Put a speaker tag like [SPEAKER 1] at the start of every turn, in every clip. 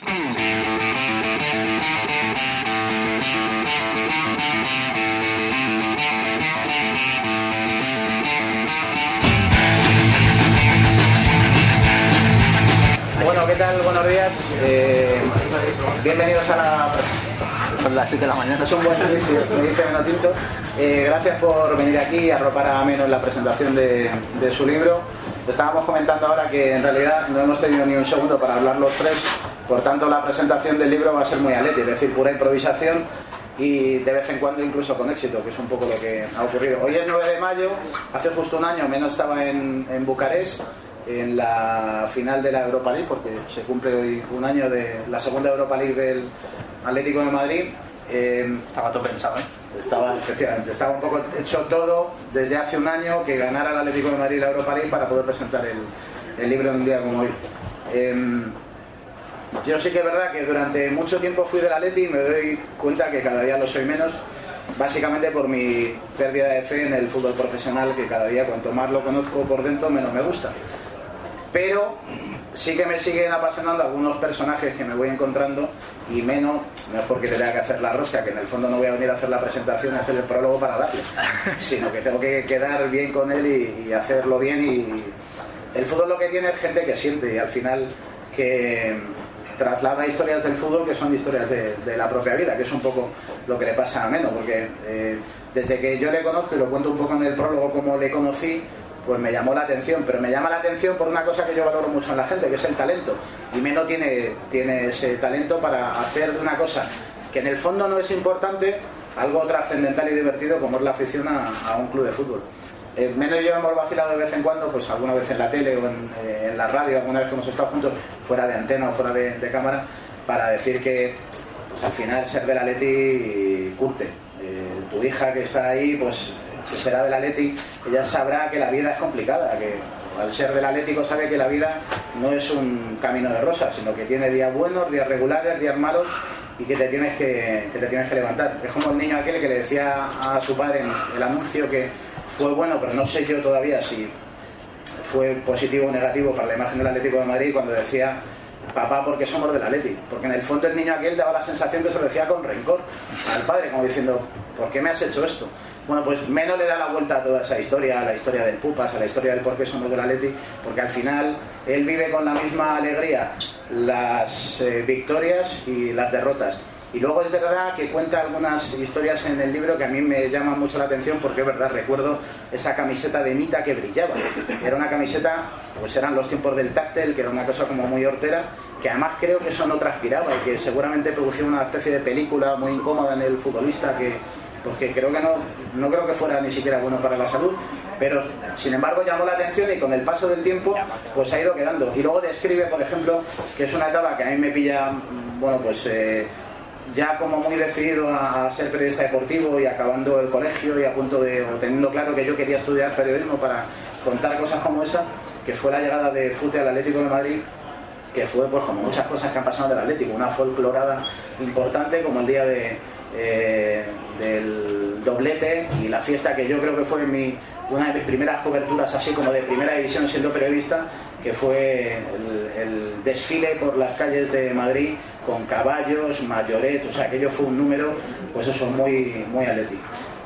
[SPEAKER 1] Bueno, ¿qué tal? Buenos días. Bienvenidos a la...
[SPEAKER 2] Son las 7 de la mañana.
[SPEAKER 1] Es un buen servicio, me dice Menotinto. Gracias por venir aquí a arropar a Meno en la presentación de su libro. Estábamos comentando ahora que en realidad no hemos tenido ni un segundo para hablar los tres, por tanto la presentación del libro va a ser muy atleti, es decir, pura improvisación y de vez en cuando incluso con éxito, que es un poco lo que ha ocurrido. Hoy es 9 de mayo, hace justo un año Meno estaba en Bucarest, en la final de la Europa League, porque se cumple hoy un año de la segunda Europa League del Atlético de Madrid.
[SPEAKER 2] Estaba todo pensado, ¿eh?
[SPEAKER 1] Efectivamente, estaba un poco hecho todo desde hace un año que ganara el Atlético de Madrid la Europa League para poder presentar el libro en un día como hoy. Yo sí que es verdad que durante mucho tiempo fui del Atleti y me doy cuenta que cada día lo soy menos, básicamente por mi pérdida de fe en el fútbol profesional, que cada día cuanto más lo conozco por dentro menos me gusta. Pero sí que me siguen apasionando algunos personajes que me voy encontrando y menos, no es porque le tenga que hacer la rosca, que en el fondo no voy a venir a hacer la presentación y hacer el prólogo para darle, sino que tengo que quedar bien con él y hacerlo bien. Y el fútbol lo que tiene es gente que siente y al final que traslada historias del fútbol que son historias de la propia vida, que es un poco lo que le pasa a Meno, porque desde que yo le conozco, y lo cuento un poco en el prólogo como le conocí, pues me llamó la atención, pero me llama la atención por una cosa que yo valoro mucho en la gente, que es el talento. Y Meno tiene ese talento para hacer de una cosa que en el fondo no es importante, algo trascendental y divertido como es la afición a un club de fútbol. Meno y yo hemos vacilado de vez en cuando, pues alguna vez en la tele o en la radio, alguna vez que hemos estado juntos fuera de antena o fuera de cámara, para decir que pues, al final ser del Atleti curte. Tu hija que está ahí, pues que será del Atleti, ella sabrá que la vida es complicada, que al ser del Atlético sabe que la vida no es un camino de rosas, sino que tiene días buenos, días regulares, días malos, y que te tienes que levantar. Es como el niño aquel que le decía a su padre en el anuncio que fue bueno, pero no sé yo todavía si fue positivo o negativo para la imagen del Atlético de Madrid, cuando decía: papá, porque somos del Atleti. Porque en el fondo el niño aquel daba la sensación que se lo decía con rencor al padre, como diciendo: ¿por qué me has hecho esto? Bueno, pues Meno le da la vuelta a toda esa historia, a la historia del Pupas, a la historia del por qué somos del Atleti, porque al final él vive con la misma alegría las victorias y las derrotas. Y luego es verdad que cuenta algunas historias en el libro que a mí me llaman mucho la atención, porque es verdad, recuerdo esa camiseta de Mita que brillaba. Era una camiseta, pues eran los tiempos del táctil, que era una cosa como muy hortera, que además creo que eso no transpiraba y que seguramente producía una especie de película muy incómoda en el futbolista, porque creo que no creo que fuera ni siquiera bueno para la salud, pero sin embargo llamó la atención y con el paso del tiempo pues ha ido quedando. Y luego describe, por ejemplo, que es una etapa que a mí me pilla, bueno, pues ya como muy decidido a ser periodista deportivo y acabando el colegio y a punto de, o teniendo claro que yo quería estudiar periodismo para contar cosas como esa, que fue la llegada de Fute al Atlético de Madrid, que fue pues como muchas cosas que han pasado del Atlético, una folclorada importante como el día del doblete y la fiesta que yo creo que fue una de mis primeras coberturas así como de primera división siendo periodista, que fue el desfile por las calles de Madrid con caballos, mayoret, o sea, aquello fue un número, pues eso, muy, muy atlético.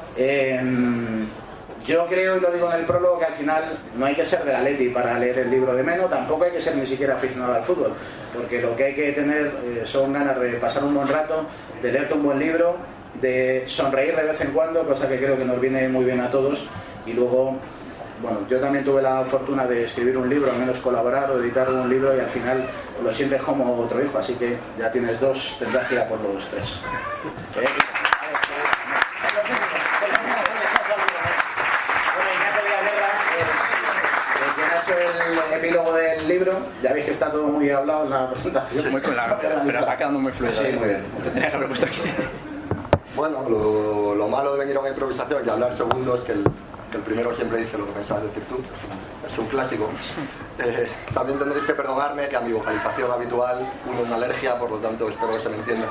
[SPEAKER 1] Yo creo, y lo digo en el prólogo, que al final no hay que ser del Atleti para leer el libro de Meno, tampoco hay que ser ni siquiera aficionado al fútbol, porque lo que hay que tener son ganas de pasar un buen rato, de leerte un buen libro, de sonreír de vez en cuando, cosa que creo que nos viene muy bien a todos. Y luego, bueno, yo también tuve la fortuna de escribir un libro, al menos colaborar o editar un libro, y al final lo sientes como otro hijo, así que ya tienes dos, tendrás que ir a por los tres. El epílogo del libro, ya veis que está todo muy hablado en la presentación.
[SPEAKER 2] Muy claro, pero está quedando muy fluido.
[SPEAKER 1] Sí, muy bien.
[SPEAKER 2] Tenía que haberlo puesto aquí.
[SPEAKER 3] Bueno, lo malo de venir a una improvisación y hablar segundos, que el primero siempre dice lo que pensabas decir tú, es un clásico. También tendréis que perdonarme que a mi vocalización habitual uno una alergia, por lo tanto espero que se me entienda.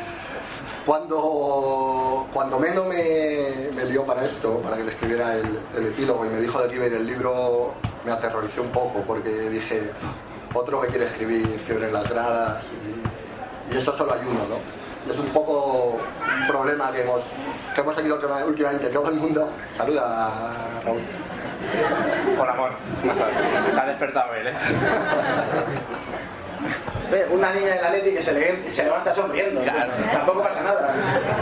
[SPEAKER 3] Cuando Meno me lió para esto, para que le escribiera el epílogo, y me dijo de que iba a ir el libro, me aterroricé un poco, porque dije: otro que quiere escribir Fiebre en las gradas y eso solo hay uno, ¿no? Y es un poco un problema que hemos tenido últimamente todo el mundo. Saluda, Raúl.
[SPEAKER 2] Hola, amor. Te ha despertado él, ¿eh?
[SPEAKER 1] Una niña del Atleti que se levanta sonriendo.
[SPEAKER 2] Claro.
[SPEAKER 1] Tampoco pasa nada.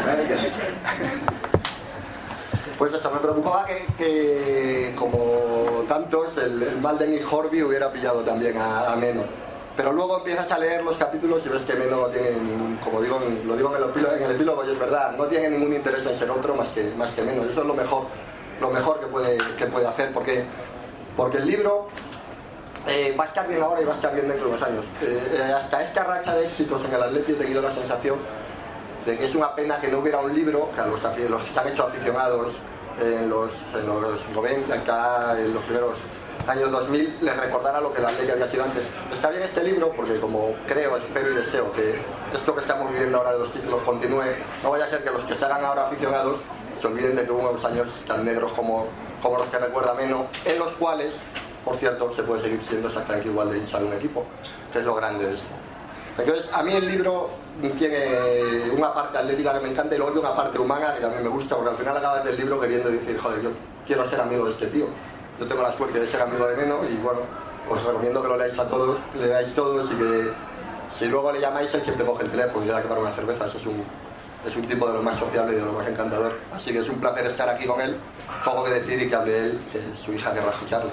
[SPEAKER 3] Pues eso, me preocupaba que como tantos, el mal de Nick Horby hubiera pillado también a Meno. Pero luego empiezas a leer los capítulos y ves que Meno no tiene ningún, como digo, lo digo en el epílogo y es verdad, no tiene ningún interés en ser otro más que Meno. Eso es lo mejor que puede hacer, porque el libro va a estar bien ahora y va a estar bien dentro de unos años. Hasta esta racha de éxitos en el Atleti he tenido la sensación de que es una pena que no hubiera un libro que a los que se han hecho aficionados en los 90, en los primeros años 2000, les recordara lo que el Atleti había sido antes. Está bien este libro porque, como creo, espero y deseo que esto que estamos viviendo ahora de los títulos continúe. No vaya a ser que los que se hagan ahora aficionados se olviden de que hubo unos años tan negros como los que recuerda Meno, en los cuales, por cierto, se puede seguir siendo exactamente igual de hincha de un equipo, que es lo grande de esto. Entonces, a mí el libro tiene una parte atlética que me encanta y luego una parte humana que también me gusta, porque al final acabas del libro queriendo decir, joder, yo quiero ser amigo de este tío. Yo tengo la suerte de ser amigo de Meno y bueno, os recomiendo que lo leáis todos y que si luego le llamáis él siempre coge el teléfono y le da que para una cerveza. Es un tipo de lo más sociable y de lo más encantador. Así que es un placer estar aquí con él, poco que decir y que hable él, que su hija querrá escucharlo.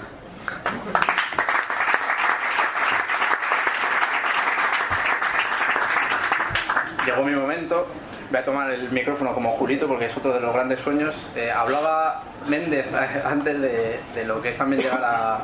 [SPEAKER 2] Llegó mi momento. Voy a tomar el micrófono como Julito porque es otro de los grandes sueños. Hablaba Méndez antes de lo que es también llegar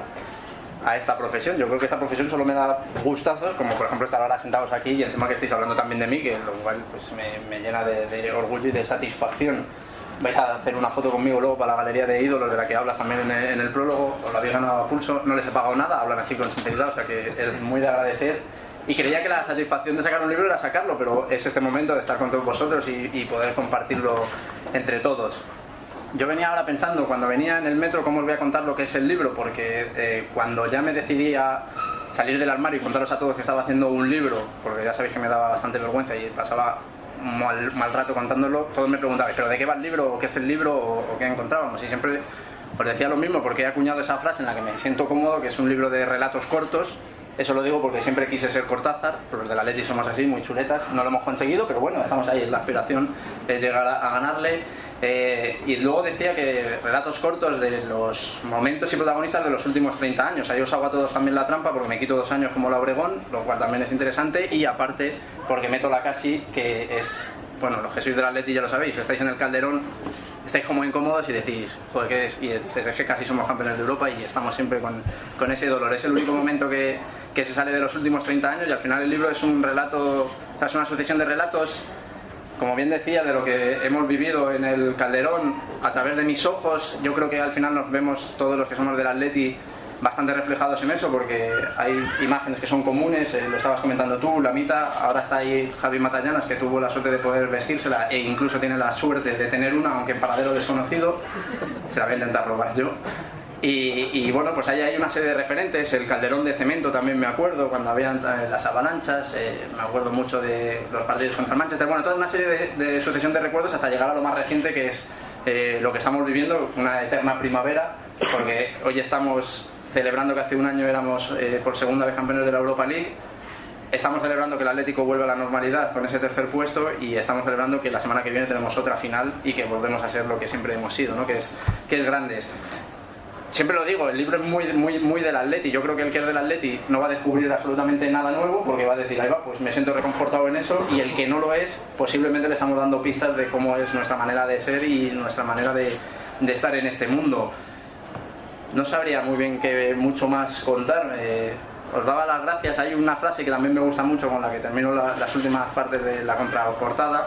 [SPEAKER 2] a esta profesión. Yo creo que esta profesión solo me da gustazos, como por ejemplo estar ahora sentados aquí y encima que estáis hablando también de mí, que lo cual pues me llena de orgullo y de satisfacción. Vais a hacer una foto conmigo luego para la galería de ídolos de la que hablas también en el prólogo. Os lo habéis ganado a pulso, no les he pagado nada, hablan así con sinceridad, o sea que es muy de agradecer. Y creía que la satisfacción de sacar un libro era sacarlo, pero es este momento de estar con todos vosotros y poder compartirlo entre todos. Yo venía ahora pensando, cuando venía en el metro, cómo os voy a contar lo que es el libro, porque cuando ya me decidí a salir del armario y contaros a todos que estaba haciendo un libro, porque ya sabéis que me daba bastante vergüenza y pasaba mal rato contándolo, todos me preguntabais, ¿pero de qué va el libro? ¿O qué es el libro? ¿O qué encontrábamos? Y siempre os decía lo mismo, porque he acuñado esa frase en la que me siento cómodo, que es un libro de relatos cortos. Eso lo digo porque siempre quise ser Cortázar, pero los de la Atleti somos así, muy chuletas, no lo hemos conseguido, pero bueno, estamos ahí, la aspiración es llegar a ganarle. Y luego decía que relatos cortos de los momentos y protagonistas de los últimos 30 años. Ahí os hago a todos también la trampa porque me quito 2 años como la Obregón, lo cual también es interesante, y aparte porque meto la Casi, que es, bueno, los que sois del Atleti ya lo sabéis, estáis en el Calderón, estáis como incómodos y decís, joder, ¿qué es? Y dices, es que casi somos campeones de Europa y estamos siempre con ese dolor. Es el único momento que se sale de los últimos 30 años y al final el libro es un relato, o sea, es una sucesión de relatos, como bien decía, de lo que hemos vivido en el Calderón a través de mis ojos. Yo creo que al final nos vemos todos los que somos del Atleti bastante reflejados en eso, porque hay imágenes que son comunes, lo estabas comentando tú, Lamita, ahora está ahí Javi Matallanas, que tuvo la suerte de poder vestírsela e incluso tiene la suerte de tener una, aunque en paradero desconocido, se la voy a intentar robar yo. Y bueno, pues ahí hay una serie de referentes, el Calderón de Cemento también me acuerdo, cuando había las avalanchas, me acuerdo mucho de los partidos contra el Manchester, bueno, toda una serie de sucesión de recuerdos hasta llegar a lo más reciente, que es lo que estamos viviendo, una eterna primavera, porque hoy estamos celebrando que hace un año éramos por segunda vez campeones de la Europa League. Estamos celebrando que el Atlético vuelve a la normalidad con ese tercer puesto y estamos celebrando que la semana que viene tenemos otra final y que volvemos a ser lo que siempre hemos sido, ¿no? que es grandes. Siempre lo digo, el libro es muy del Atleti. Yo creo que el que es del Atleti no va a descubrir absolutamente nada nuevo porque va a decir, ahí va, pues me siento reconfortado en eso, y el que no lo es, posiblemente le estamos dando pistas de cómo es nuestra manera de ser y nuestra manera de estar en este mundo. No sabría muy bien qué mucho más contar. Os daba las gracias. Hay una frase que también me gusta mucho, con la que termino las últimas partes de la contraportada,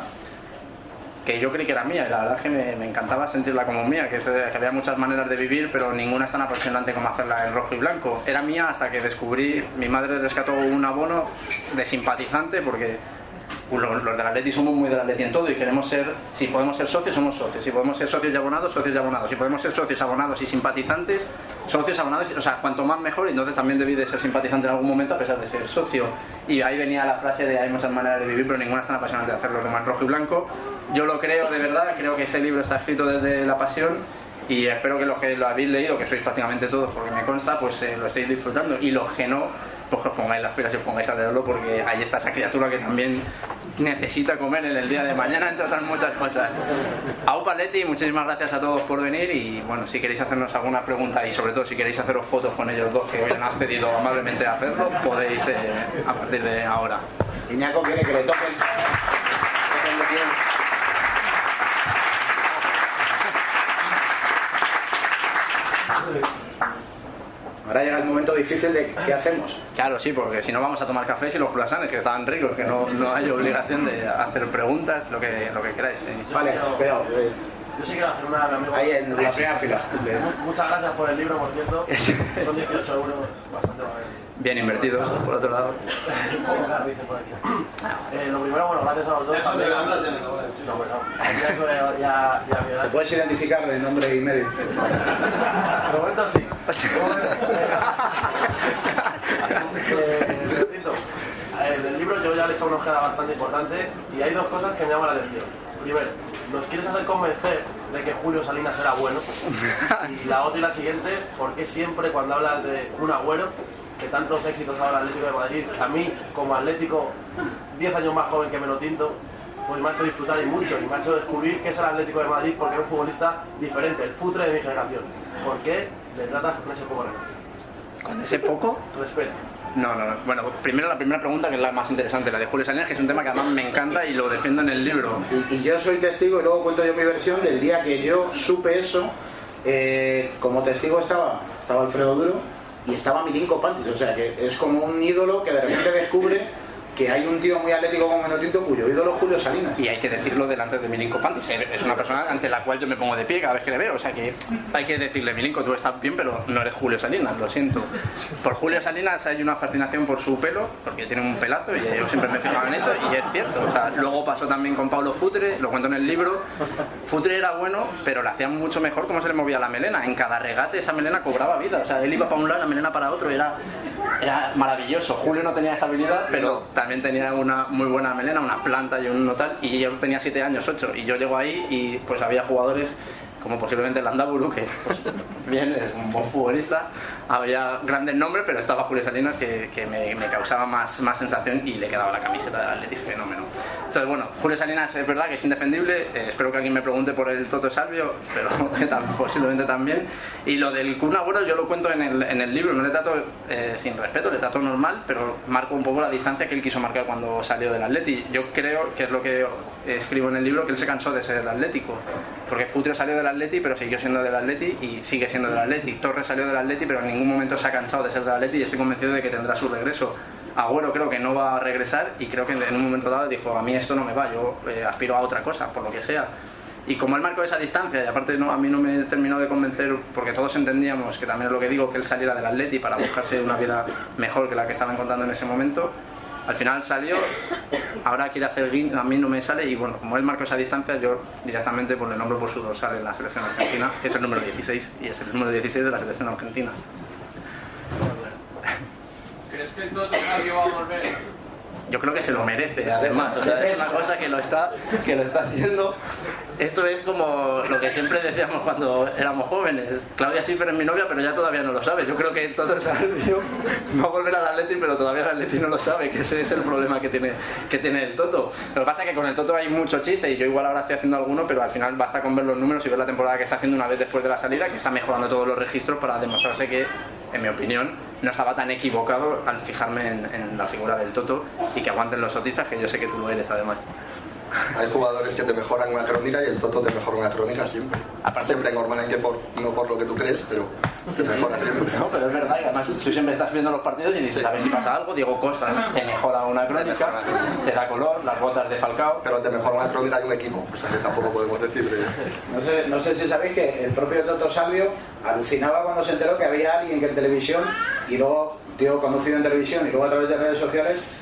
[SPEAKER 2] que yo creí que era mía y la verdad es que me encantaba sentirla como mía, que había muchas maneras de vivir, pero ninguna es tan apasionante como hacerla en rojo y blanco. Era mía hasta que descubrí, mi madre rescató un abono de simpatizante, porque los del Atleti somos muy del Atleti en todo y queremos ser, si podemos ser socios, somos socios, si podemos ser socios y abonados, si podemos ser socios, abonados y simpatizantes, socios, abonados, o sea, cuanto más mejor. Y entonces también debí de ser simpatizante en algún momento a pesar de ser socio. Y ahí venía la frase de hay muchas maneras de vivir, pero ninguna es tan apasionante de hacerlo como en rojo y blanco. Yo lo creo de verdad, creo que ese libro está escrito desde la pasión y espero que los que lo habéis leído, que sois prácticamente todos porque me consta, pues lo estéis disfrutando, y los que no, pues que os pongáis las pilas y os pongáis a leerlo, porque ahí está esa criatura que también necesita comer en el día de mañana, entre otras muchas cosas. Aupa Atleti, muchísimas gracias a todos por venir, y bueno, si queréis hacernos alguna pregunta y sobre todo si queréis haceros fotos con ellos dos que hoy han accedido amablemente a hacerlo, podéis a partir de ahora.
[SPEAKER 1] Iñaco quiere que le toquen. Ahora llega el momento difícil de ¿qué hacemos?
[SPEAKER 2] Claro, sí, porque si no vamos a tomar cafés y los croissants, que estaban ricos, que no hay obligación de hacer preguntas, lo que queráis.
[SPEAKER 1] Vale, cuidado.
[SPEAKER 4] Yo sí quiero hacer una a mi amigo.
[SPEAKER 1] Ahí en la primera fila.
[SPEAKER 4] Muchas gracias por el libro, por cierto. Son 18 euros, bastante mal.
[SPEAKER 2] Bien invertidos, por otro lado.
[SPEAKER 4] Un poco caro, dice por aquí. Lo primero, bueno, gracias a los dos. No, bueno, ya
[SPEAKER 1] ¿Te puedes identificar de nombre y medio?
[SPEAKER 4] De momento sí. El libro yo ya le he echado una ojeada bastante importante y hay dos cosas que me llaman la atención. Primero, nos quieres hacer convencer de que Julio Salinas era bueno, y la otra y la siguiente, ¿por qué siempre cuando hablas de un Agüero, que tantos éxitos ha dado el Atlético de Madrid, a mí como atlético 10 años más joven que Menotinto, pues me ha hecho disfrutar y mucho, y me ha hecho descubrir que es el Atlético de Madrid porque era un futbolista diferente, el futre de mi generación? ¿Por qué le tratas con ese poco respeto?
[SPEAKER 2] ¿Con ese poco?
[SPEAKER 4] Respeto.
[SPEAKER 2] No. Bueno, primero la primera pregunta, que es la más interesante, la de Julio Salinas, que es un tema que además me encanta y lo defiendo en el libro.
[SPEAKER 1] Y yo soy testigo, y luego cuento yo mi versión del día que yo supe eso. Como testigo estaba Alfredo Duro y estaba Milinko Pantic, o sea que es como un ídolo que de repente descubre que hay un tío muy atlético como Menotinto cuyo ídolo es Julio Salinas.
[SPEAKER 2] Y hay que decirlo delante de Milinko Pantic, es una persona ante la cual yo me pongo de pie cada vez que le veo, o sea que hay que decirle: Milinko, tú estás bien, pero no eres Julio Salinas, lo siento. Por Julio Salinas hay una fascinación por su pelo, porque tiene un pelazo y yo siempre me fijaba en eso, y es cierto. O sea, luego pasó también con Pablo Futre, lo cuento en el libro. Futre era bueno, pero lo hacía mucho mejor cómo se le movía la melena. En cada regate esa melena cobraba vida, o sea, él iba para un lado, la melena para otro, era maravilloso. Julio no tenía esa habilidad, pero también tenía una muy buena melena, una planta y un notal, y yo tenía 7 años, 8, y yo llego ahí y pues había jugadores como posiblemente Landaburu, que pues, bien, es un buen futbolista, había grandes nombres, pero estaba Julio Salinas que me causaba más sensación, y le quedaba la camiseta del Atleti fenómeno. Entonces bueno, Julio Salinas es verdad que es indefendible, espero que alguien me pregunte por el Toto Salvio, pero posiblemente también. Y lo del Kun Agüero yo lo cuento en el libro, no le trato sin respeto, le trato normal, pero marco un poco la distancia que él quiso marcar cuando salió del Atleti. Yo creo que es lo que escribo en el libro, que él se cansó de ser el Atlético, porque Futre salió del Atleti pero siguió siendo del Atleti y sigue siendo del Atleti. Torres salió del Atleti pero en ningún momento se ha cansado de ser del Atleti, y estoy convencido de que tendrá su regreso. Agüero creo que no va a regresar, y creo que en un momento dado dijo: a mí esto no me va, yo aspiro a otra cosa, por lo que sea. Y como él marcó esa distancia, y aparte a mí no me terminó de convencer, porque todos entendíamos, que también es lo que digo, que él saliera del Atleti para buscarse una vida mejor que la que estaba encontrando en ese momento. Al final salió, ahora quiere hacer guiño, a mí no me sale, y bueno, como él marcó esa distancia, yo directamente le nombro por su dorsal en la selección argentina, que es el número 16, y es el número 16 de la selección argentina.
[SPEAKER 5] ¿Crees que el Toto Salvio va a volver?
[SPEAKER 2] Yo creo que se lo merece, además, o sea, es una cosa que lo está haciendo. Esto es como lo que siempre decíamos cuando éramos jóvenes: Claudia Schiffer es mi novia, pero ya todavía no lo sabe. Yo creo que Toto Salvio va a volver al Atleti, pero todavía el Atleti no lo sabe, que ese es el problema que tiene el Toto. Lo que pasa es que con el Toto hay mucho chiste, y yo igual ahora estoy haciendo alguno, pero al final basta con ver los números y ver la temporada que está haciendo una vez después de la salida, que está mejorando todos los registros para demostrarse que, en mi opinión, no estaba tan equivocado al fijarme en la figura del Toto, y que aguanten los sotistas, que yo sé que tú lo eres además.
[SPEAKER 3] Hay jugadores que te mejoran una crónica, y el Toto te mejora una crónica siempre.
[SPEAKER 2] Aparte,
[SPEAKER 3] siempre normalmente no por lo que tú crees, pero te mejora siempre.
[SPEAKER 2] No, pero es verdad, y además tú siempre estás viendo los partidos y dices: a ver si pasa algo. Diego Costa te mejora una crónica, te da color, las botas de Falcao.
[SPEAKER 3] Pero te mejora una crónica de un equipo, pues que tampoco podemos decir.
[SPEAKER 1] No sé si sabéis que el propio Toto Salvio alucinaba cuando se enteró que había alguien que en televisión, y luego tío conocido en televisión y luego a través de redes sociales,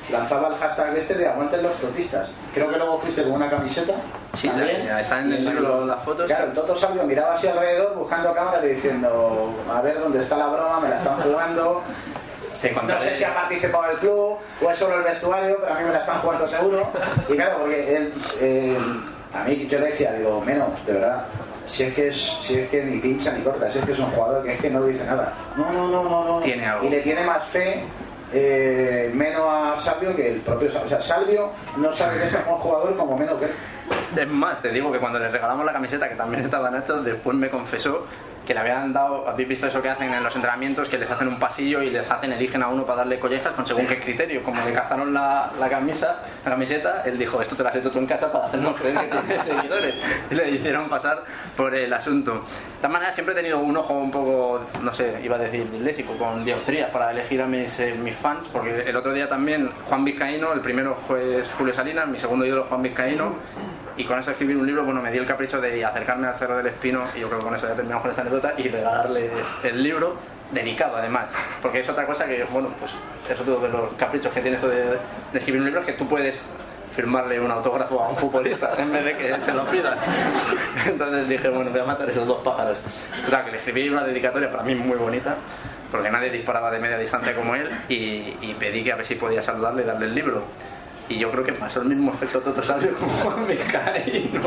[SPEAKER 1] lanzaba el hashtag este de aguanten los totistas. Creo que luego fuiste con una camiseta.
[SPEAKER 2] Sí,
[SPEAKER 1] también.
[SPEAKER 2] está en el libro las fotos.
[SPEAKER 1] Claro, el Toto Salvio miraba así alrededor buscando cámaras y diciendo, a ver dónde está la broma, me la están jugando. No sé si ha participado el club o es solo el vestuario, pero a mí me la están jugando seguro. Y claro, porque a mí yo le decía, digo, menos, de verdad, si es que ni pincha ni corta, si es que es un jugador que es que no dice nada. No.
[SPEAKER 2] Tiene algo.
[SPEAKER 1] Y le tiene más fe menos a Salvio que el propio Salvio. O sea, Salvio no sabe que es un jugador como menos que él.
[SPEAKER 2] Es más, te digo que cuando le regalamos la camiseta, que también estaba Nacho, después me confesó que le habían dado, ¿habéis visto eso que hacen en los entrenamientos? Que les hacen un pasillo y eligen a uno para darle collejas con según qué criterio. Como le cazaron la camiseta, él dijo, esto te lo has hecho tú en casa para hacernos creer que tienes seguidores. Y le hicieron pasar por el asunto. De todas maneras, siempre he tenido un ojo un poco, no sé, iba a decir disléxico, con dioptrías para elegir a mis fans, porque el otro día también Juan Vizcaíno, el primero fue Julio Salinas, mi segundo ídolo Juan Vizcaíno. Y con eso escribir un libro, bueno, me dio el capricho de acercarme al Cerro del Espino, y yo creo que con eso ya terminamos con esta anécdota, y regalarle el libro, dedicado además, porque es otra cosa que, bueno, pues es otro de los caprichos que tiene esto de escribir un libro, es que tú puedes firmarle un autógrafo a un futbolista en vez de que se lo pidas. Entonces dije, bueno, voy a matar esos dos pájaros. O sea, que le escribí una dedicatoria para mí muy bonita, porque nadie disparaba de media distancia como él, y pedí que a ver si podía saludarle y darle el libro. Y yo creo que pasó el mismo efecto Toto Salvio como Juan Vizcaíno,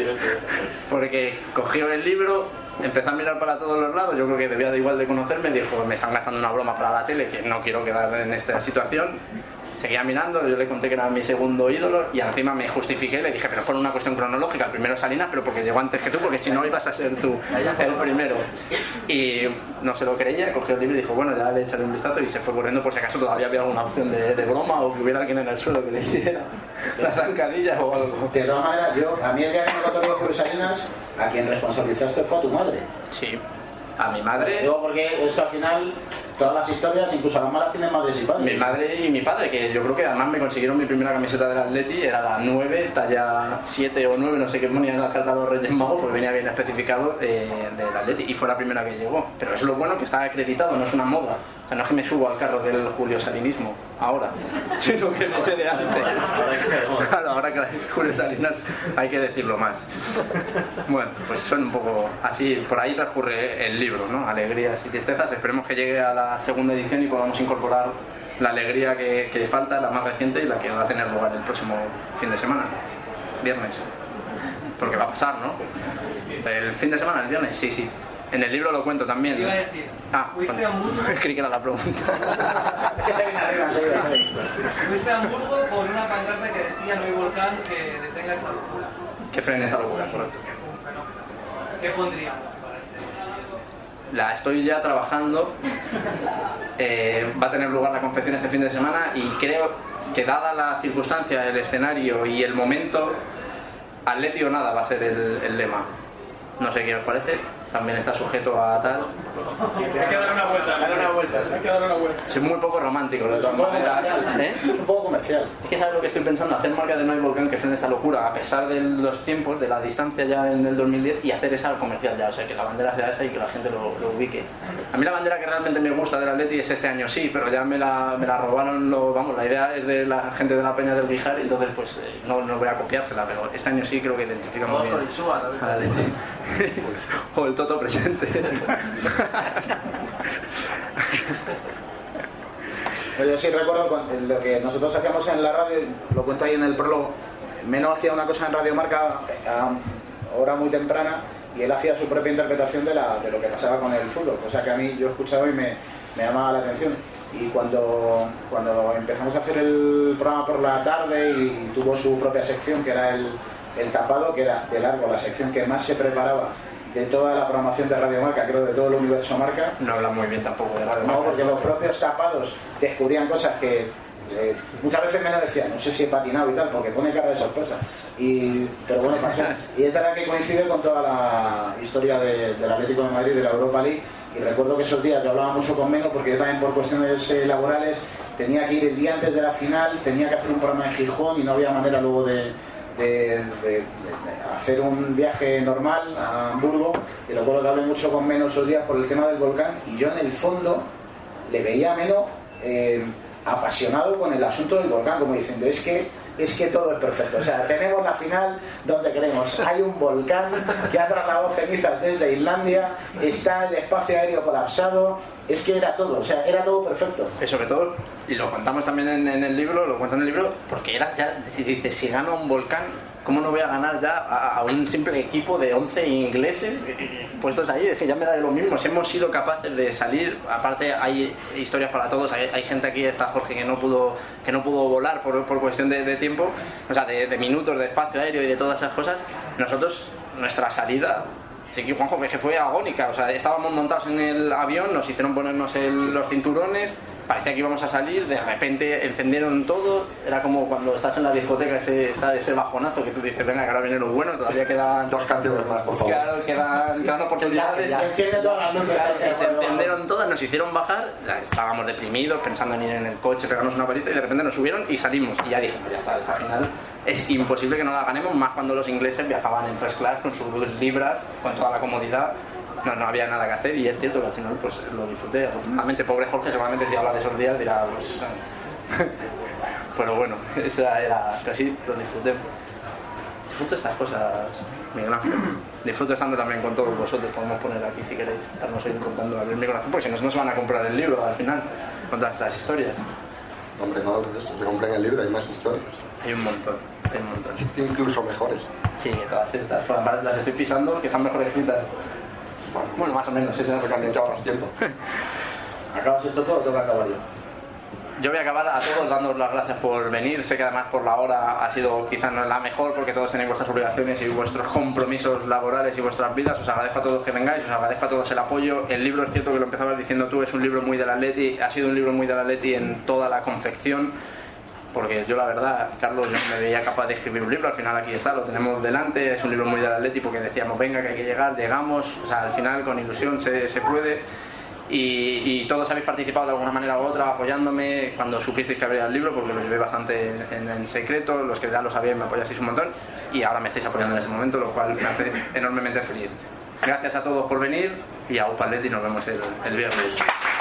[SPEAKER 2] porque cogió el libro, empezó a mirar para todos los lados, yo creo que debía de igual de conocerme, dijo, me están gastando una broma para la tele, que no quiero quedar en esta situación. Seguía mirando, yo le conté que era mi segundo ídolo y encima me justifiqué, le dije, pero por una cuestión cronológica, el primero Salinas, pero porque llegó antes que tú, porque si no ibas a ser tú el primero. Y no se lo creía, cogió el libro y dijo, bueno, ya le echaré un vistazo, y se fue corriendo por si acaso todavía había alguna opción de broma, o que hubiera alguien en el suelo que le hiciera la zancadilla o algo.
[SPEAKER 1] De todas maneras, a mí el día que me contó Julio Salinas, a quien responsabilizaste fue a tu madre.
[SPEAKER 2] Sí. A mi madre.
[SPEAKER 1] Digo, porque esto al final, todas las historias, incluso las malas, tienen madres y padres.
[SPEAKER 2] Mi madre y mi padre, que yo creo que además me consiguieron mi primera camiseta del Atleti, era la 9, talla 7 o 9, no sé qué ponía en la carta de los Reyes Magos, porque venía bien especificado del Atleti, y fue la primera que llegó. Pero es lo bueno que está acreditado, no es una moda. O sea, no es que me subo al carro del Julio Salinismo ahora, sino que no sé de antes. Claro, ahora que Julio Salinas hay que decirlo más. Bueno, pues son un poco así, por ahí transcurre el libro, ¿no? Alegrías y tristezas. Esperemos que llegue a la segunda edición y podamos incorporar la alegría que falta, la más reciente, y la que va a tener lugar el próximo fin de semana, viernes. Porque va a pasar, ¿no? El fin de semana, el viernes, sí. En el libro lo cuento también.
[SPEAKER 5] Iba a decir, ¿fuiste a Hamburgo?
[SPEAKER 2] Creí que era la pregunta.
[SPEAKER 1] Es que se viene arriba, se viene arriba.
[SPEAKER 5] Fuiste a Hamburgo con una pancarta que decía no hay volcán que detenga esa locura.
[SPEAKER 2] Que frene esa locura, correcto.
[SPEAKER 5] Fue un fenómeno. ¿Qué pondríamos para este?
[SPEAKER 2] La estoy ya trabajando. Va a tener lugar la confección este fin de semana, y creo que dada la circunstancia, el escenario y el momento, Atleti o nada va a ser el lema. No sé qué os parece. También está sujeto a tal.
[SPEAKER 5] Hay que dar una vuelta. Hay que dar una vuelta.
[SPEAKER 2] Soy muy poco romántico, de todas maneras.
[SPEAKER 1] Es un poco comercial.
[SPEAKER 2] Es que sabes lo que estoy pensando, hacer marca de No hay volcán que frene esta locura, a pesar de los tiempos, de la distancia ya en el 2010, y hacer esa comercial ya, o sea, que la bandera sea esa y que la gente lo ubique. A mí la bandera que realmente me gusta del Atleti es este año, sí, pero ya me la robaron, la idea es de la gente de la Peña del Guijar, entonces pues no voy a copiársela, pero este año sí creo que identifica muy bien
[SPEAKER 4] con Insúa
[SPEAKER 2] al Atleti. O el Toto presente.
[SPEAKER 1] Yo sí recuerdo lo que nosotros hacíamos en la radio, lo cuento ahí en el prólogo. Meno hacía una cosa en Radio Marca a hora muy temprana, y él hacía su propia interpretación de lo que pasaba con el fútbol, cosa que a mí yo escuchaba y me llamaba la atención. Y cuando empezamos a hacer el programa por la tarde, y tuvo su propia sección, que era el tapado, que era de largo la sección que más se preparaba de toda la programación de Radio Marca, creo de todo el universo Marca.
[SPEAKER 2] No habla muy bien tampoco de Radio Marca.
[SPEAKER 1] No, porque los propios tapados descubrían cosas que muchas veces me lo decían, no sé si he patinado y tal, porque pone cara de sorpresa. Pero bueno, pasó. Y es verdad que coincide con toda la historia del Atlético de Madrid, de la Europa League. Y recuerdo que esos días yo hablaba mucho con Meno, porque yo también por cuestiones laborales tenía que ir el día antes de la final, tenía que hacer un programa en Gijón y no había manera luego de hacer un viaje normal a Hamburgo. Y recuerdo que hablé mucho con Meno esos días por el tema del volcán, y yo en el fondo le veía a Meno apasionado con el asunto del volcán, como diciendo, es que todo es perfecto. O sea, tenemos la final donde queremos. Hay un volcán que ha trasladado cenizas desde Islandia, está el espacio aéreo colapsado, es que era todo, o sea, era todo perfecto.
[SPEAKER 2] Sobre todo, y lo contamos también en el libro, porque era ya, si dices, si gana un volcán, ¿cómo no voy a ganar ya a un simple equipo de 11 ingleses puestos ahí? Es que ya me da lo mismo. Si hemos sido capaces de salir, aparte hay historias para todos, hay gente aquí, está Jorge, que no pudo volar por cuestión de tiempo, o sea, de minutos, de espacio aéreo y de todas esas cosas. Nosotros, nuestra salida, sí que Juanjo, que fue agónica, o sea, estábamos montados en el avión, nos hicieron ponernos los cinturones, parecía que íbamos a salir, de repente encendieron todo, era como cuando estás en la discoteca, ese bajonazo que tú dices, venga, que ahora viene lo bueno, todavía quedan
[SPEAKER 3] 2 canciones más, por favor.
[SPEAKER 2] Claro, quedan oportunidades.
[SPEAKER 1] Enciende todas las luces.
[SPEAKER 2] Se encendieron todas, nos hicieron bajar, ya estábamos deprimidos, pensando en ir en el coche, pegarnos una paliza, y de repente nos subieron y salimos, y ya dijimos, ya está, esta final es imposible que no la ganemos, más cuando los ingleses viajaban en first class con sus libras, con toda la comodidad. No había nada que hacer, y es cierto que al final pues lo disfruté. Afortunadamente, pobre Jorge, seguramente si habla de esos días dirá, pues... pero bueno, esa era... Pero sí, lo disfruté. Disfruto estas cosas, Miguel Ángel. Disfruto estando también con todos vosotros. Podemos poner aquí, si queréis, estarnos ahí contando el mi corazón, porque si no, no se van a comprar el libro al final, con todas estas historias.
[SPEAKER 3] Hombre, no, se compran el libro, hay más historias.
[SPEAKER 2] Hay un montón.
[SPEAKER 3] Incluso mejores.
[SPEAKER 2] Sí, todas estas. Pues, las estoy pisando, que están mejor escritas. Bueno, más o menos, eso.
[SPEAKER 3] Porque también te ahorras tiempo.
[SPEAKER 1] ¿Acabas esto todo o tengo que acabar yo?
[SPEAKER 2] Yo voy a acabar a todos dándoos las gracias por venir. Sé que además por la hora ha sido quizás no la mejor, porque todos tenéis vuestras obligaciones y vuestros compromisos laborales y vuestras vidas. Os agradezco a todos que vengáis, os agradezco a todos el apoyo. El libro, es cierto que lo empezabas diciendo tú, es un libro muy del Atleti, ha sido un libro muy del Atleti en toda la confección. Porque yo la verdad, Carlos, yo no me veía capaz de escribir un libro, al final aquí está, lo tenemos delante, es un libro muy del Atleti porque decíamos, venga, que hay que llegar, llegamos, o sea, al final con ilusión se puede, y todos habéis participado de alguna manera u otra apoyándome cuando supisteis que habría el libro, porque lo llevé bastante en secreto, los que ya lo sabíais me apoyasteis un montón, y ahora me estáis apoyando en ese momento, lo cual me hace enormemente feliz. Gracias a todos por venir, y a UPA Atleti, nos vemos el viernes.